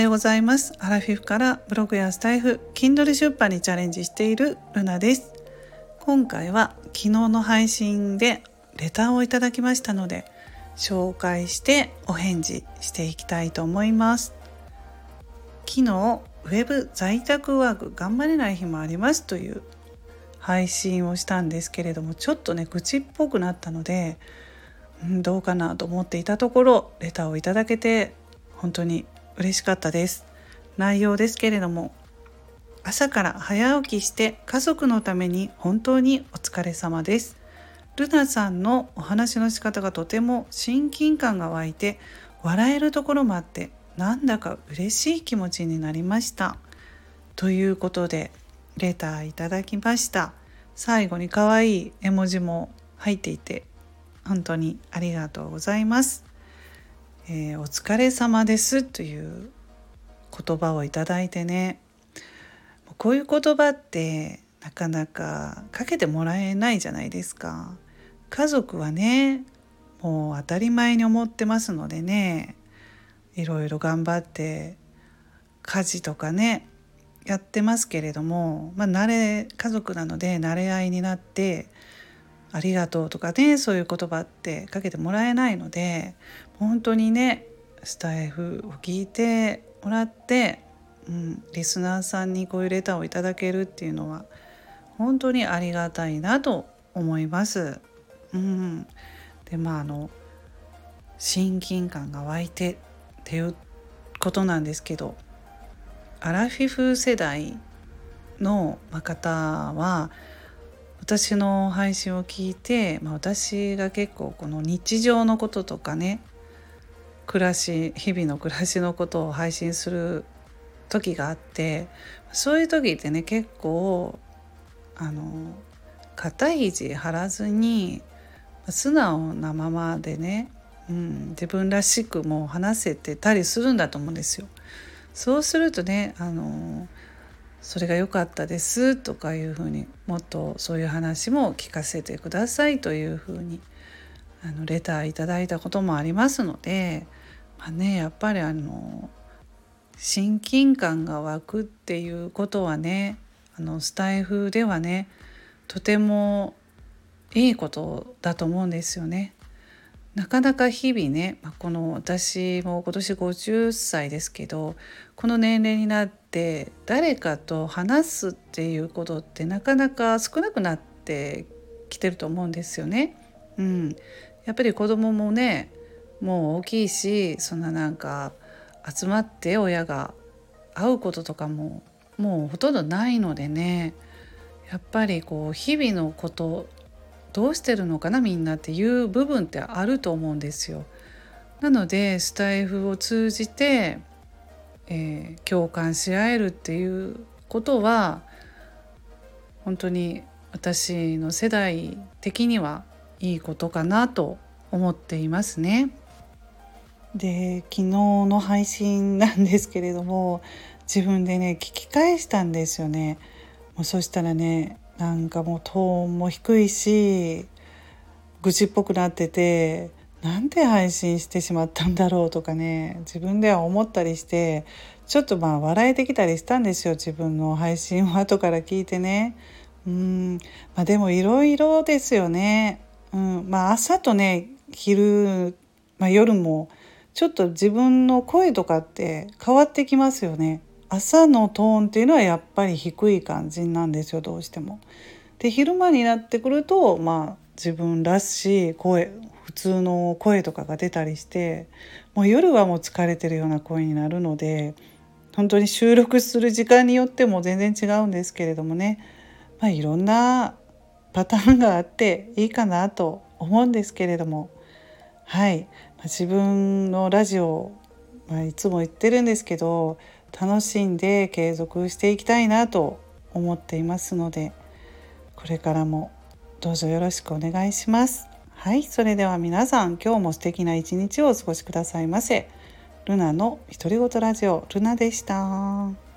ようございます。アラフィフからブログやスタイフ、Kindle 出版にチャレンジしているルナです。今回は昨日の配信でレターをいただきましたので、紹介してお返事していきたいと思います。昨日ウェブ在宅ワーク頑張れない日もありますという配信をしたんですけれども、ちょっとね愚痴っぽくなったので、どうかなと思っていたところレターをいただけて本当に嬉しかったです。内容ですけれども、朝から早起きして家族のために本当にお疲れ様です。ルナさんのお話の仕方がとても親近感が湧いて笑えるところもあって、なんだか嬉しい気持ちになりましたということでレターいただきました。最後に可愛い絵文字も入っていて本当にありがとうございます。お疲れ様ですという言葉をいただいてね、こういう言葉ってなかなかかけてもらえないじゃないですか。家族はねもう当たり前に思ってますのでね、いろいろ頑張って家事とかねやってますけれども、家族なので慣れ合いになってありがとうとかね、そういう言葉ってかけてもらえないので、本当にねスタイフを聞いてもらって、リスナーさんにこういうレターをいただけるっていうのは本当にありがたいなと思います。で親近感が湧いてっていうことなんですけど、アラフィフ世代の方は私の配信を聞いて、私が結構この日常のこととかね、日々の暮らしのことを配信する時があって、そういう時ってね結構肩肘張らずに素直なままでね、自分らしくもう話せてたりするんだと思うんですよ。そうするとねそれが良かったですとかいうふうに、もっとそういう話も聞かせてくださいというふうにレターいただいたこともありますので、やっぱり親近感が湧くっていうことはね、スタイフではねとてもいいことだと思うんですよね。なかなか日々ね、私も今年50歳ですけど、この年齢になって誰かと話すっていうことってなかなか少なくなってきてると思うんですよね。やっぱり子供もねもう大きいし、そんな集まって親が会うこととかももうほとんどないのでね、やっぱり日々のことどうしてるのかなみんなっていう部分ってあると思うんですよ。なのでスタイフを通じて、共感し合えるっていうことは本当に私の世代的にはいいことかなと思っていますね。で、昨日の配信なんですけれども、自分でね聞き返したんですよね。そしたらねもうトーンも低いし愚痴っぽくなってて、なんで配信してしまったんだろうとかね、自分では思ったりして、ちょっと笑えてきたりしたんですよ。自分の配信を後から聞いてね。でもいろいろですよね。朝とね昼、夜もちょっと自分の声とかって変わってきますよね。朝のトーンっていうのはやっぱり低い感じなんですよ、どうしても。で、昼間になってくると自分らしい声、普通の声とかが出たりして、もう夜はもう疲れてるような声になるので、本当に収録する時間によっても全然違うんですけれどもね、いろんなパターンがあっていいかなと思うんですけれども、自分のラジオ、いつも言ってるんですけど、楽しんで継続していきたいなと思っていますので、これからもどうぞよろしくお願いします。それでは皆さん、今日も素敵な一日をお過ごしくださいませ。ルナの独り言ラジオ、ルナでした。